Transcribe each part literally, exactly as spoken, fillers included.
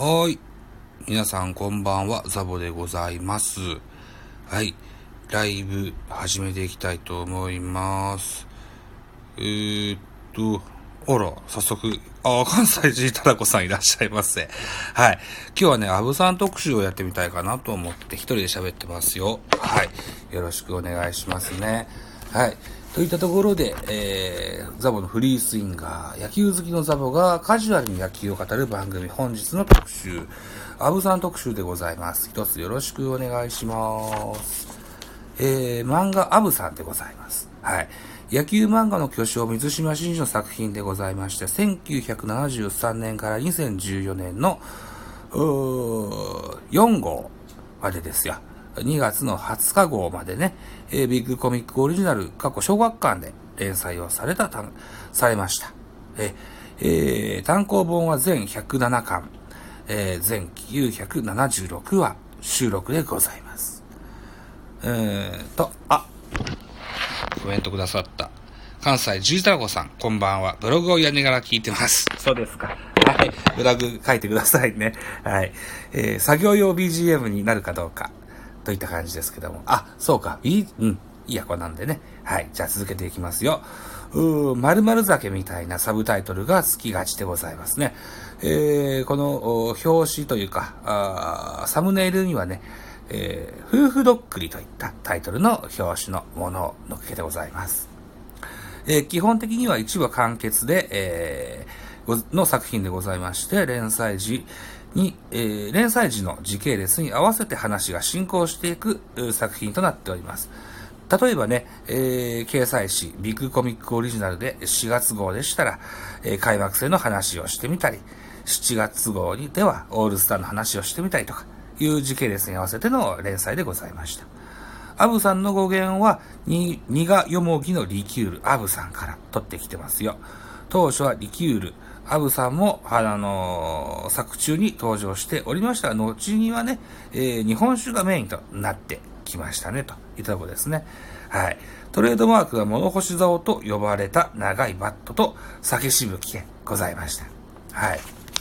はーい。皆さんこんばんは、ザボでございます。はい。ライブ始めていきたいと思います。えーっと、あら、早速、あ、関西ジータラコさんいらっしゃいませ。はい。今日はね、アブさん特集をやってみたいかなと思って一人で喋ってますよ。はい。よろしくお願いしますね。はい。といったところで、えー、ザボのフリースインガー、野球好きのザボがカジュアルに野球を語る番組、本日の特集、アブさん特集でございます。一つよろしくお願いします。えー、漫画アブさんでございます。はい。野球漫画の巨匠、水島新司の作品でございまして、せんきゅうひゃくななじゅうさんねんからにせんじゅうよねんの、うー、よんごうまでですよ。にがつのはつかごうまでね、えー、ビッグコミックオリジナル、過去小学館で連載をされた、されました。えー、えー、単行本は全ひゃくななかん、えー、全きゅうひゃくななじゅうろくわ収録でございます。えーと、あ、コメントくださった。関西ジータラコさん、こんばんは。ブログをやりながら聞いてます。そうですか。はい。ブログ書いてくださいね。はい。えー、作業用 ビージーエム になるかどうか。といった感じですけども。あ、そうか。いい、うん。いいや、こんなんでね。はい。じゃあ続けていきますよ。うー、〇〇酒みたいなサブタイトルが好きがちでございますね。えー、この、表紙というか、あサムネイルにはね、えー、夫婦どっくりといったタイトルの表紙のものを載っけてございます。えー、基本的にはいちわ完結で、えー、の作品でございまして、連載時に、えー、連載時の時系列に合わせて話が進行していく作品となっております。例えばね、えー、掲載誌ビッグコミックオリジナルでしがつごうでしたら、えー、開幕戦の話をしてみたり、しちがつごうにではオールスターの話をしてみたりとかいう時系列に合わせての連載でございました。アブさんの語源は、に、にがよもぎのリキュール、アブさんから取ってきてますよ。当初はリキュール、アブさんも、あのー、作中に登場しておりましたが、後にはね、えー、日本酒がメインとなってきましたね、といったところですね。はい。トレードマークは物干し竿と呼ばれた長いバットと酒しぶきでございました。はい。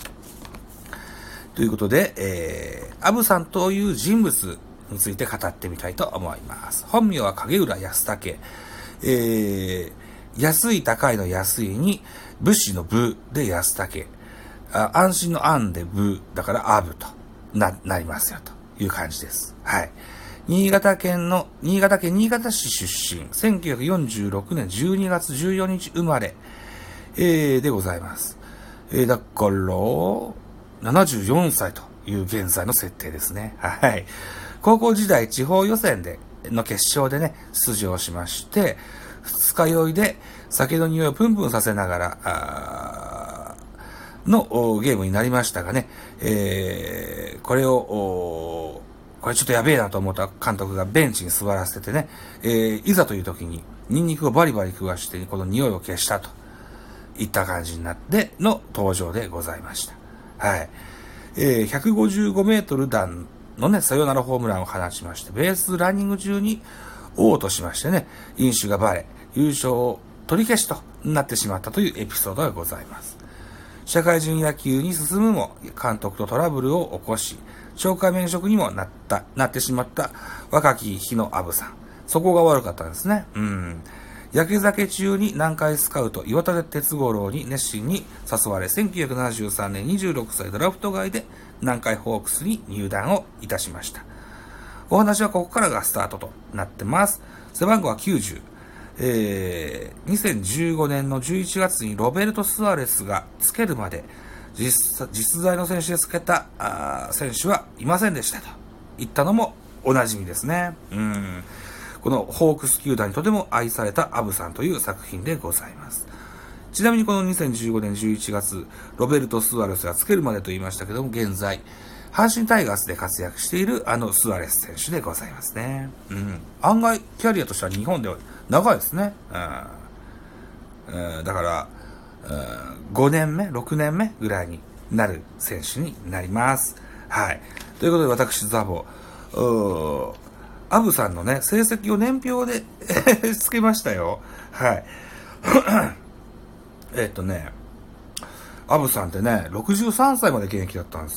ということで、えー、アブさんという人物について語ってみたいと思います。本名は影浦安武。えー、安い高いの安いに、武士の武で安武。あ、安心の安で武だからアブとな、なりますよという感じです。はい。新潟県の、新潟県新潟市出身、せんきゅうひゃくよんじゅうろくねんじゅうにがつじゅうよっか生まれ、えー、でございます。えー、だから、ななじゅうよんさいという現在の設定ですね。はい。高校時代地方予選での決勝でね、出場しまして、二日酔いで酒の匂いをプンプンさせながら、のゲームになりましたがね、えー、これを、これちょっとやべえなと思った監督がベンチに座らせてね、えー、いざという時にニンニクをバリバリ食わして、この匂いを消したといった感じになっての登場でございました。はい。えー、ひゃくごじゅうごメートル弾のね、サヨナラホームランを放ちまして、ベースランニング中に嘔吐しましてね、飲酒がバレ、優勝を取り消しとなってしまったというエピソードがございます。社会人野球に進むも、監督とトラブルを起こし、懲戒免職にもなった、なってしまった若き日のアブさん。そこが悪かったんですね。うん。焼け酒中に南海スカウト岩立哲五郎に熱心に誘われ、せんきゅうひゃくななじゅうさんねんにじゅうろくさいドラフト外で南海ホークスに入団をいたしました。お話はここからがスタートとなってます。背番号はきゅうじゅう。えー、にせんじゅうごねんのじゅういちがつにロベルト・スアレスがつけるまで 実, 実在の選手でつけたあ選手はいませんでしたといったのもおなじみですね。うんこのホークス球団にとても愛されたアブさんという作品でございます。ちなみにこのにせんじゅうごねんじゅういちがつ、ロベルト・スアレスがつけるまでと言いましたけども、現在、阪神タイガースで活躍しているあのスアレス選手でございますね。うん。案外、キャリアとしては日本では長いですね。うん。うん、だから、うん、ごねんめ、ろくねんめぐらいになる選手になります。はい。ということで私、ザボ、アブさんのね、成績を年表でつけましたよ。はい。えっとね、アブさんってね、ろくじゅうさんさいまで現役だったんですよ。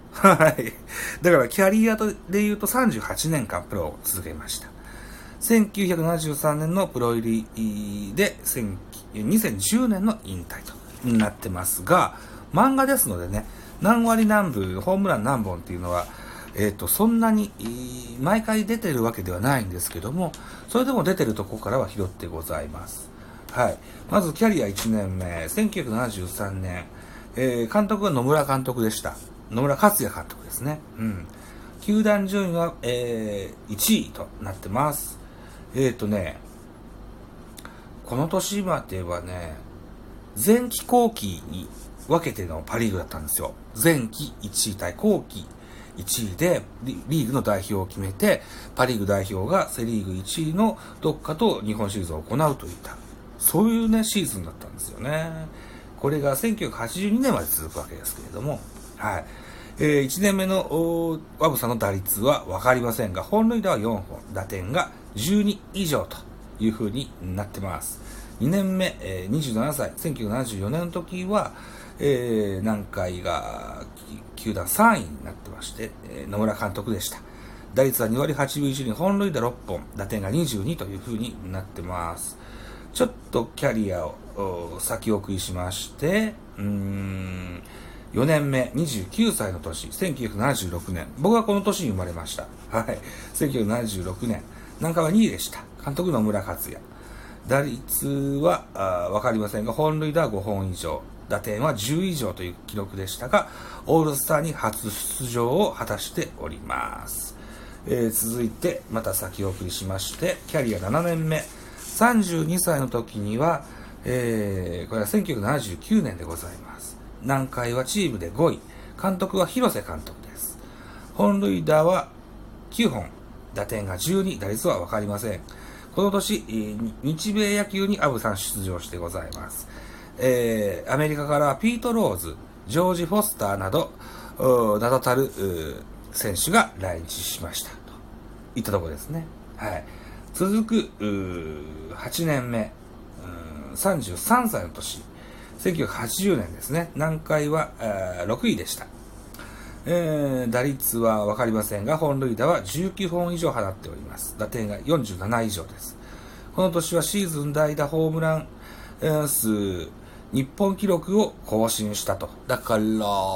はい。だからキャリアで言うとさんじゅうはちねんかんプロを続けました。せんきゅうひゃくななじゅうさんねんのプロ入りで、にせんじゅうねんの引退となってますが、漫画ですのでね、何割何分、ホームラン何本っていうのは、えっと、そんなに、毎回出てるわけではないんですけども、それでも出てるとこからは拾ってございます。はい。まず、キャリアいちねんめ、せんきゅうひゃくななじゅうさんねん、えー、監督は野村監督でした。野村克也監督ですね。うん。球団順位は、えー、いちいとなってます。えっとね、この年まではね、前期後期に分けてのパリーグだったんですよ。前期いちい対後期いちいでリーグの代表を決めて、パリーグ代表がセリーグいちいのどっかと日本シリーズを行うといった、そういうね、シーズンだったんですよね。これがせんきゅうひゃくはちじゅうにねんまで続くわけですけれども、はい。えー、いちねんめのワブさんの打率は分かりませんが、本塁打はよんほん、打点がじゅうにいじょうという風になってます。にねんめ、えー、にじゅうななさい、せんきゅうひゃくななじゅうよねんの時は、えー、南海が球団さんいになってまして、えー、野村監督でした。打率はにわりはちぶいちりん、本塁打ろっぽん、打点がにじゅうにという風になってます。ちょっとキャリアを先送りしまして、うーん、よねんめ、にじゅうきゅうさいの年、せんきゅうひゃくななじゅうろくねん。僕はこの年に生まれました。はい。せんきゅうひゃくななじゅうろくねん。南海はにいでした。監督野村克也。打率はわかりませんが、本塁打はごほん以上、打点はじゅういじょうという記録でしたが、オールスターに初出場を果たしております。えー、続いて、また先送りしまして、キャリアななねんめ、さんじゅうにさいの時には、えー、これはせんきゅうひゃくななじゅうきゅうねんでございます。南海はチームでごい、監督は広瀬監督です。本塁打はきゅうほん、打点がじゅうに、打率はわかりません。この年、日米野球にアブさん出場してございます。えー、アメリカからピート・ローズ、ジョージ・フォスターなど、名だたる選手が来日しました。といったところですね。はい。続く、はちねんめ、さんじゅうさんさいの年、せんきゅうひゃくはちじゅうねんですね。南海はろくいでした。えー、打率は分かりませんが、本塁打はじゅうきゅうほん以上放っております。打点がよんじゅうなないじょうです。この年はシーズン代打ホームラン数日本記録を更新したと。だから、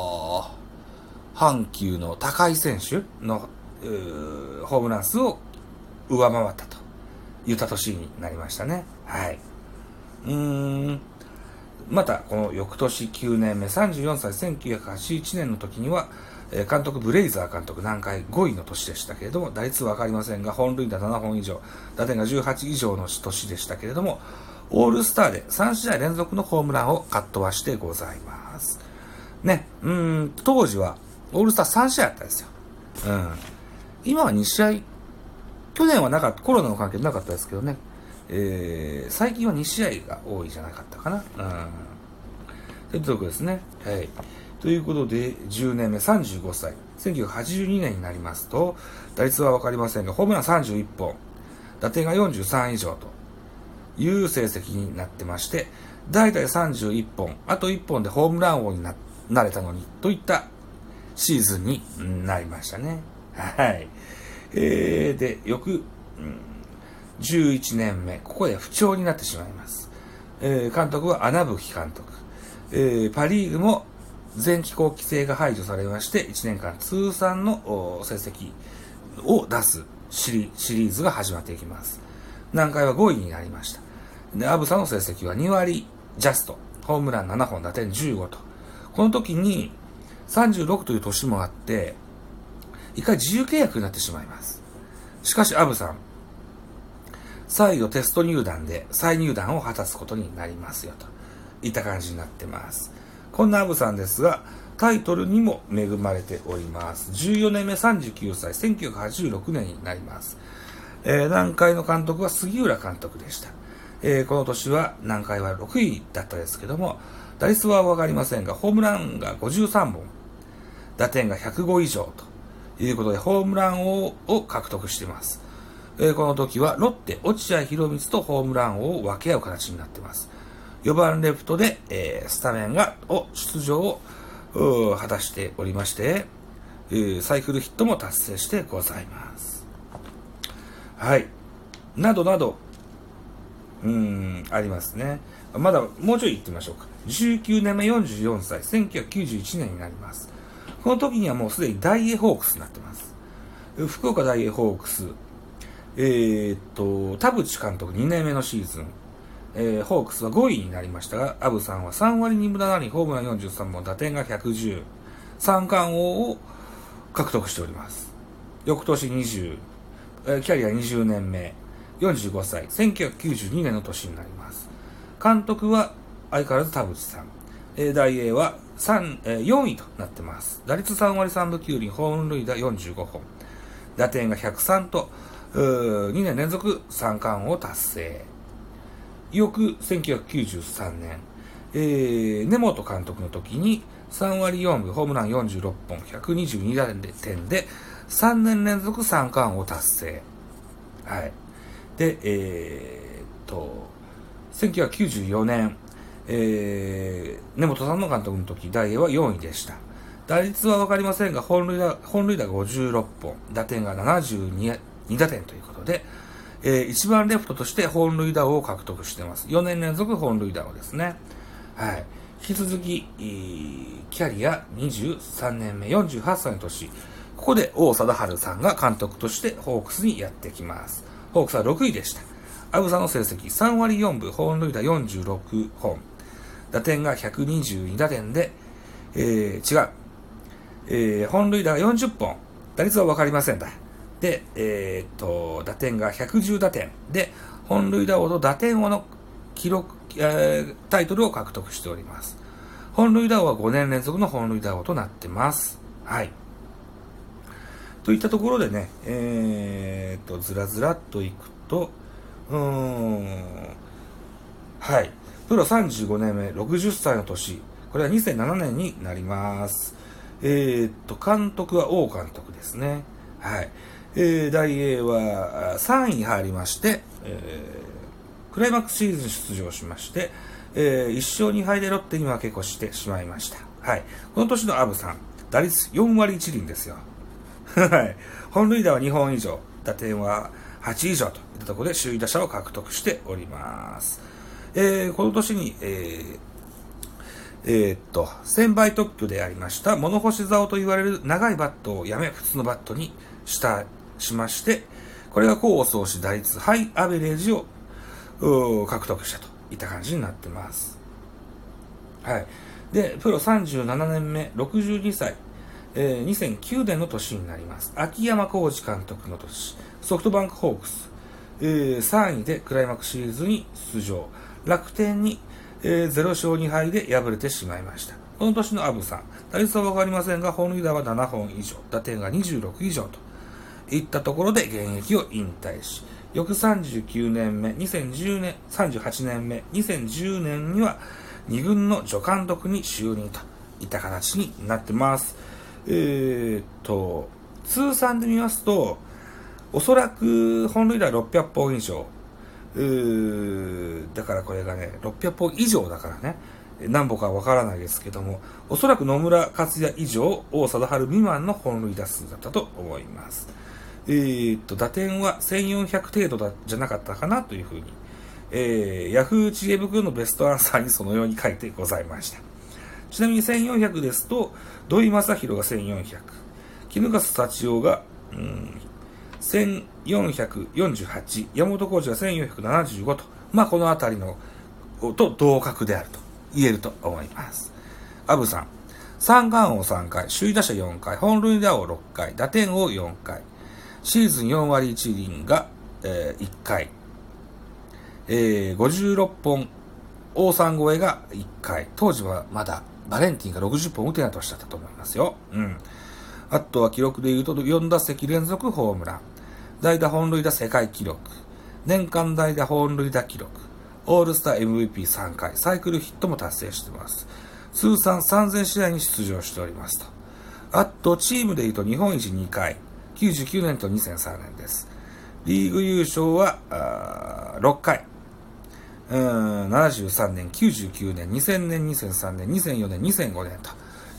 阪急の高井選手のホームラン数を上回ったといった年になりましたね。はい。うーん。また、この翌年きゅうねんめ、さんじゅうよんさい、せんきゅうひゃくはちじゅういちねんの時には、監督、ブレイザー監督、南海ごいの年でしたけれども、打率はわかりませんが、本塁打ななほん以上、打点がじゅうはちいじょうの年でしたけれども、オールスターでさんしあい連続のホームランをかっ飛ばしてございます。ね、うーん、当時は、オールスターさんしあいあったんですよ。うん。今はにしあい、去年はなかった、コロナの関係でなかったですけどね、えー、最近はにしあいが多いじゃなかったかな。うん。というところですね。はい。ということで、じゅうねんめ、さんじゅうごさい、せんきゅうひゃくはちじゅうにねんになりますと、打率はわかりませんが、ホームランさんじゅういっぽん、打点がよんじゅうさんいじょうという成績になってまして、だいたいさんじゅういっぽん、あといっぽんでホームラン王に な, なれたのに、といったシーズンになりましたね。はい。えー、で、翌、うんじゅういちねんめ、ここで不調になってしまいます。えー、監督は穴吹監督。えー、パリーグも前期後期制が排除されまして、いちねんかん通算の成績を出すシ リ, シリーズが始まっていきます。南海はごいになりました。で、アブサの成績はにわりジャスト。ホームランななほん、打点じゅうごと。この時にさんじゅうろくという年もあって、一回自由契約になってしまいます。しかしアブさん、再度テスト入団で再入団を果たすことになりますよといった感じになってます。こんなアブさんですが、タイトルにも恵まれております。じゅうよねんめ、さんじゅうきゅうさい、せんきゅうひゃくはちじゅうろくねんになります。えー、南海の監督は杉浦監督でした。えー、この年は南海はろくいだったですけども、打率はわかりませんが、ホームランがごじゅうさんぼん、打点がひゃくごいじょうということで、ホームラン王を獲得しています。えー、この時はロッテ、落合博満とホームラン王を分け合う形になっています。よばんレフトで、えー、スタメンがを出場を果たしておりまして、 えー、サイクルヒットも達成してございます。はい。などなど、うーん、ありますね。まだもうちょい言ってみましょうか。じゅうきゅうねんめよんじゅうよんさい、せんきゅうひゃくきゅうじゅういちねんになります。この時にはもうすでにダイエーホークスになってます。福岡ダイエーホークス、えー、っと、田淵監督にねんめのシーズン、えー、ホークスはごいになりましたが、アブさんはさんわりにぶななりん、ホームランよんじゅうさんぼん、打点がひゃくじゅう、三冠王を獲得しております。翌年にじゅう、えー、キャリアにじゅうねんめ、よんじゅうごさい、せんきゅうひゃくきゅうじゅうにねんの年になります。監督は相変わらず田淵さん。えー、ダイエーはさん、えー、よんいとなってます。打率さんわりさんぶきゅうりん、ホーム塁打よんじゅうごほん、打点がひゃくさんと、にねん連続三冠を達成。翌せんきゅうひゃくきゅうじゅうさんねん、えー、根本監督の時にさんわりよんぶ、ホームランよんじゅうろっぽん、ひゃくにじゅうにだてんでさんねん連続三冠を達成。はい。で、えー、っと、せんきゅうひゃくきゅうじゅうよねん、えー、根本さんの監督の時、ダイエーはよんいでした。打率は分かりませんが、本塁打、本塁打ごじゅうろっぽん、打点がななじゅうにだてんということで、えー、一番レフトとして本塁打王を獲得しています。よねん連続本塁打王ですね。はい。引き続き、キャリアにじゅうさんねんめ、よんじゅうはっさいの年、ここで王貞治さんが監督としてホークスにやってきます。ホークスはろくいでした。アブさんの成績、さんわりよんぶ、本塁打よんじゅうろっぽん、打点がひゃくにじゅうにだてんで、えー、違う。えー、本塁打がよんじゅっぽん、打率は分かりませんだ。で、えー、っと、打点がひゃくじゅうだてんで、本塁打王と打点王の記録、えー、タイトルを獲得しております。本塁打王はごねん連続の本塁打王となってます。はい。といったところでね、えー、っと、ずらずらっといくと、うーん、はい。プロさんじゅうごねんめ、ろくじゅっさいの年、これはにせんななねんになります。えー、っと、監督は王監督ですね。はい。えー、ダイエーはさんいに入りまして、えー、クライマックスシーズン出場しまして、えー、いっしょうにはいでロッテに負け越してしまいました。はい。この年のアブさん、打率よんわりいちりんですよ。はい。本塁打はにほん以上、打点ははちいじょうといったところで首位打者を獲得しております。えー、この年に、えー、えー、っと、専売特許でありました、物干し竿と言われる長いバットをやめ、普通のバットにした、しまして、これが功を奏し、打率、ハイアベレージを獲得したといった感じになってます。はい。で、プロさんじゅうななねんめ、ろくじゅうにさい、えー、にせんきゅうねんの年になります。秋山浩二監督の年、ソフトバンクホークス、えー、さんいでクライマックスシリーズに出場、楽天に、えー、ゼロしょうにはいで敗れてしまいました。この年のアブさん、打率はわかりませんが、本塁打はななほん以上、打点がにじゅうろくいじょうといったところで現役を引退し、翌さんじゅうきゅうねんめ、にせんじゅうねん、さんじゅうはちねんめ、にせんじゅうねんにはにぐんの助監督に就任といった形になってます。えー、っと、通算で見ますと、おそらく本塁打ろっぴゃっぽん以上、うーだからこれがね、ろっぴゃっぽん以上だからね、何本かわからないですけども、おそらく野村克也以上、王貞治未満の本塁打数だったと思います。えー、っと、打点はせんよんひゃく程度だじゃなかったかなというふうに、えー、ヤフー知恵袋のベストアンサーにそのように書いてございました。ちなみにせんよんひゃくですと、土井正宏がせんよんひゃく、衣笠幸男が、うん、せんよんひゃくよんじゅうはち、山本浩二がせんよんひゃくななじゅうごと、まあこのあたりのと同格であると言えると思います。アブさん、三冠王さんかい、首位打者よんかい、本塁打王ろっかい、打点王よんかい、シーズンよんわりいちりんが、えー、いっかい、えー、ごじゅうろっぽん、王さん超えがいっかい、当時はまだバレンティンがろくじゅっぽん打てない年だったと思いますよ。うん。あとは記録で言うとよんだせき連続ホームラン、代打本塁打世界記録、年間代打本塁打記録、オールスター エムブイピーさんかい、サイクルヒットも達成しています。通算さんぜんしあいに出場しておりますと。あとチームで言うと日本一にかい、きゅうじゅうきゅうねんとにせんさんねんです。リーグ優勝はろっかい、うーんななじゅうさんねん、きゅうじゅうきゅうねん、にせんねん、にせんさんねん、にせんよねん、にせんごねんと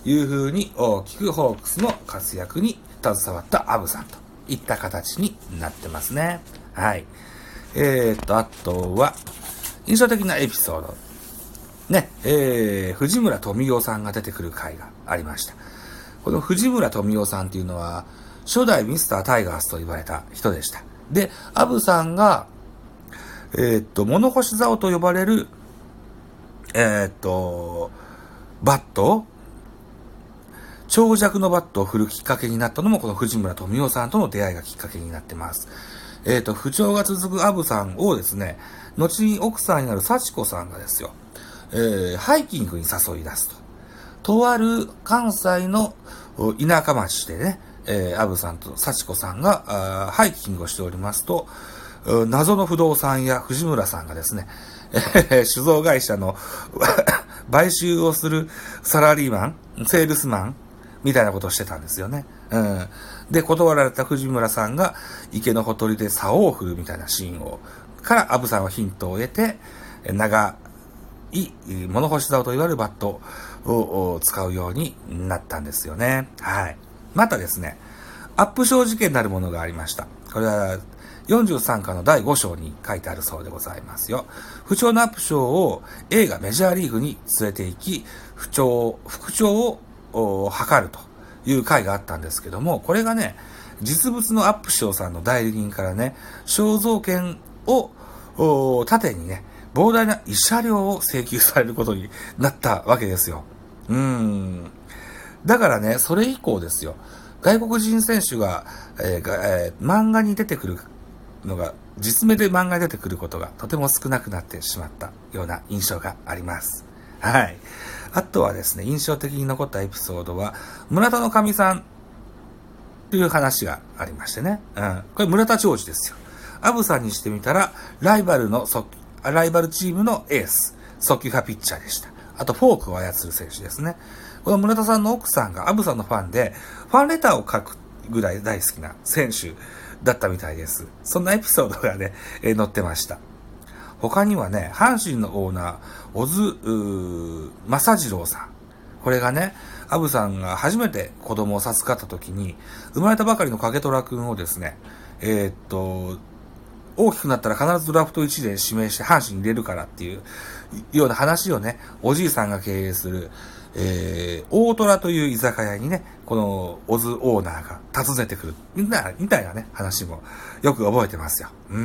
いう風に大きくホークスの活躍に携わったアブさんといった形になってますね。はい。えーと、あとは、印象的なエピソード。ね、えー、藤村富夫さんが出てくる回がありました。この藤村富夫さんっていうのは、初代ミスタータイガースと言われた人でした。で、アブさんが、えーと、物干し竿と呼ばれる、えーと、バット長尺のバットを振るきっかけになったのもこの藤村富夫さんとの出会いがきっかけになってます。えっと、不調が続くアブさんをですね、後に奥さんになる幸子さんがですよ、えー、ハイキングに誘い出すと。とある関西の田舎町でね、えー、アブさんと幸子さんがハイキングをしておりますと、謎の不動産や藤村さんがですね、えー、酒造会社の買収をするサラリーマン、セールスマンみたいなことをしてたんですよね。うん。で、断られた藤村さんが池のほとりで竿を振るみたいなシーンを、からアブさんはヒントを得て、長い物干し竿と言われるバットを使うようになったんですよね。はい。またですね、アップ賞事件なるものがありました。これはよんじゅうさんかのだいご章に書いてあるそうでございますよ。不調のアップ賞を映画メジャーリーグに連れて行き、不調、復調を図るという回があったんですけども、これがね、実物のアップ賞さんの代理人からね、肖像権を盾にね、膨大な慰謝料を請求されることになったわけですよ。うーん。だからね、それ以降ですよ。外国人選手が、えーえー、漫画に出てくるのが、実名で漫画に出てくることがとても少なくなってしまったような印象があります。はい。あとはですね、印象的に残ったエピソードは、村田の神さんという話がありましてね。うん。これ村田長治ですよ。アブさんにしてみたら、ライバルの速、ライバルチームのエース、速球派ピッチャーでした。あと、フォークを操る選手ですね。この村田さんの奥さんがアブさんのファンで、ファンレターを書くぐらい大好きな選手だったみたいです。そんなエピソードがね、えー、載ってました。他にはね、阪神のオーナー、小津正次郎さん。これがね、アブさんが初めて子供を授かった時に、生まれたばかりの影虎くんをですね、えー、っと、大きくなったら必ずドラフトいちで指名して阪神に入れるからっていうような話をね、おじいさんが経営する、えー、大虎という居酒屋にね、この小津オーナーが訪ねてくる。みたいな、みたいなね、話もよく覚えてますよ。うん。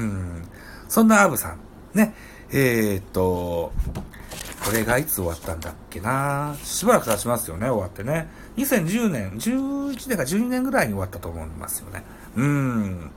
そんなアブさん。ね。えー、っと、これがいつ終わったんだっけな、しばらく経ちますよね、終わってね。にせんじゅうねん、じゅういちねんかじゅうにねんぐらいに終わったと思いますよね。うーん。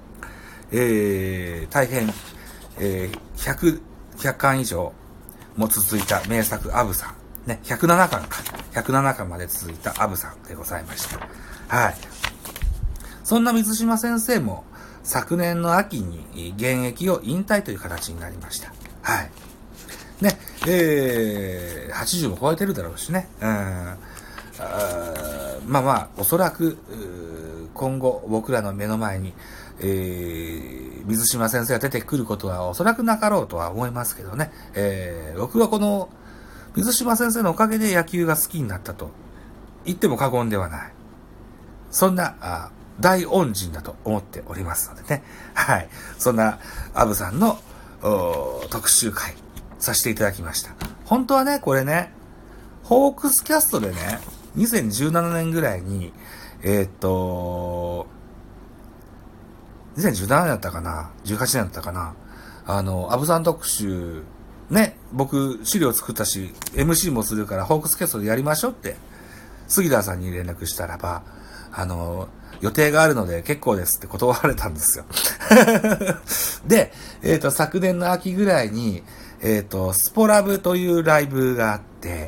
えー、大変、えー、ひゃく、ひゃっかん以上も続いた名作アブさん。ね、ひゃくななかんか。ひゃくななかんまで続いたアブさんでございました。はい。そんな水島先生も昨年の秋に現役を引退という形になりました。はい。ね、えー、はちじゅうも超えてるだろうしね。うん。あまあまあ、おそらく、今後僕らの目の前に、えー、水島先生が出てくることはおそらくなかろうとは思いますけどね。えー、僕はこの水島先生のおかげで野球が好きになったと言っても過言ではない。そんな、あ大恩人だと思っておりますのでね。はい。そんな、アブさんの特集会させていただきました。本当はね、これね、ホークスキャストでね、にせんじゅうななねんぐらいに、えー、っと、にせんじゅうななねんだったかな ?じゅうはちねんだったかなあの、アブさん特集、ね、僕、資料作ったし、エムシー もするから、ホークスキャストでやりましょうって、杉田さんに連絡したらば、あの、予定があるので結構ですって断られたんですよ。で、えっと、昨年の秋ぐらいに、えっと、スポラブというライブがあって、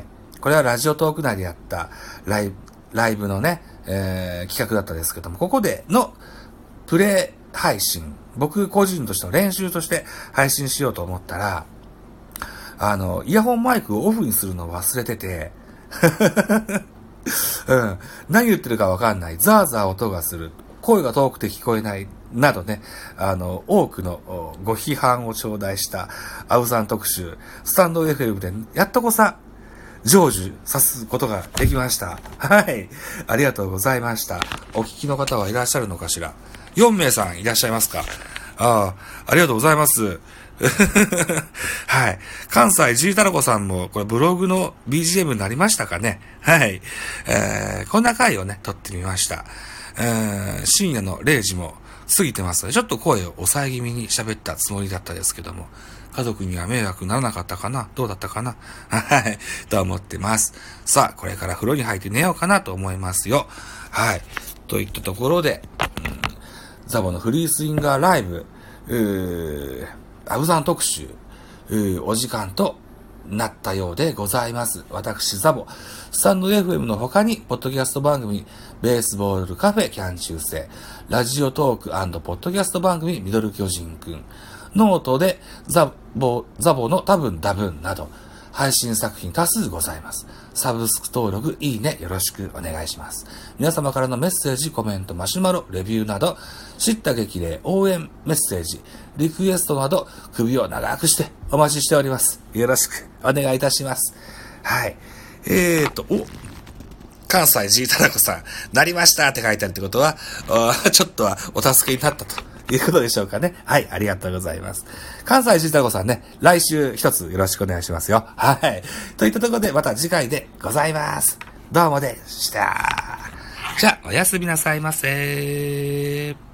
これはラジオトーク内でやったライブ、ライブのね、えー、企画だったんですけども、ここでのプレイ配信、僕個人としての練習として配信しようと思ったら、あの、イヤホンマイクをオフにするのを忘れてて、うん、何言ってるかわかんない、ザーザー音がする、声が遠くて聞こえない、などね、あの、多くのご批判を頂戴したアブさん特集、スタンド エフエム でやっとこさ、 成就さすことができました。はい。ありがとうございました。お聞きの方はいらっしゃるのかしら。よんめいさんいらっしゃいますか？ああ、ありがとうございます。はい。関西ジータラコさんも、これブログの ビージーエム になりましたかね。はい。えー、こんな回をね、撮ってみました。えー、深夜のれいじも過ぎてますので、ちょっと声を抑え気味に喋ったつもりだったですけども、家族には迷惑ならなかったかな？どうだったかな？はい。と思ってます。さあ、これから風呂に入って寝ようかなと思いますよ。はい。といったところで、うん、ザボのフリースインガーライブ、うーアブザン特集、お時間となったようでございます。私、ザボ、スタンド エフエム の他に、ポッドキャスト番組、ベースボールカフェキャン中世、ラジオトーク&ポッドキャスト番組、ミドル巨人くん、ノートでザボ、ザボの多分多分など、配信作品多数ございます。サブスク登録、いいね、よろしくお願いします。皆様からのメッセージ、コメント、マシュマロ、レビューなど、知った激励、応援、メッセージ、リクエストなど、首を長くしてお待ちしております。よろしくお願いいたします。はい。えーと、お、関西ジータラコさん、なりましたって書いてあるってことは、ちょっとはお助けになったと。いうことでしょうかね。はい、ありがとうございます。関西ジータラコさんね、来週一つよろしくお願いしますよ。はい。といったところでまた次回でございます。どうもでした。じゃあ、おやすみなさいませ。